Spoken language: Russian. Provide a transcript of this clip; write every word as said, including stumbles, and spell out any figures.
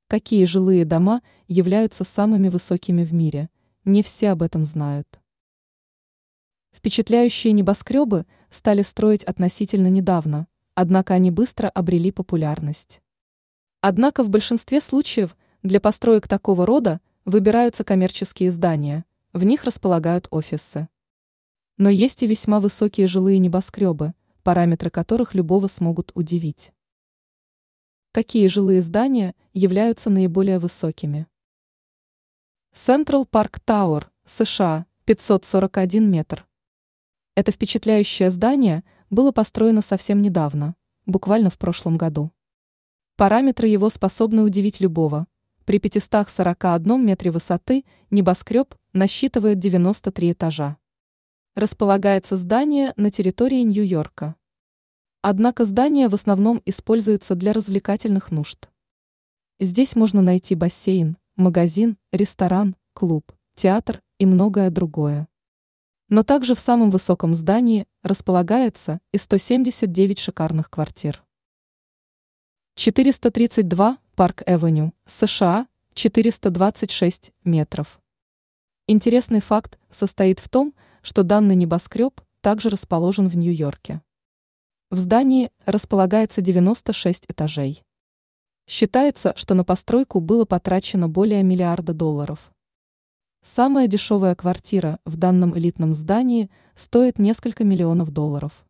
Какие жилые дома являются самыми высокими в мире? Не все об этом знают. Впечатляющие небоскребы стали строить относительно недавно, однако они быстро обрели популярность. Однако в большинстве случаев для построек такого рода выбираются коммерческие здания, в них располагают офисы. Но есть и весьма высокие жилые небоскребы, параметры которых любого смогут удивить. Какие жилые здания являются наиболее высокими? Централ Парк Тауэр, США, пятьсот сорок один метр. Это впечатляющее здание было построено совсем недавно, буквально в прошлом году. Параметры его способны удивить любого. При пятистах сорока одном метре высоты небоскреб насчитывает девяносто три этажа. Располагается здание на территории Нью-Йорка. Однако здание в основном используется для развлекательных нужд. Здесь можно найти бассейн, магазин, ресторан, клуб, театр и многое другое. Но также в самом высоком здании располагается и сто семьдесят девять шикарных квартир. четыреста тридцать два Парк-Эвеню, США, четыреста двадцать шесть метров. Интересный факт состоит в том, что данный небоскреб также расположен в Нью-Йорке. В здании располагается девяносто шесть этажей. Считается, что на постройку было потрачено более миллиарда долларов. Самая дешевая квартира в данном элитном здании стоит несколько миллионов долларов.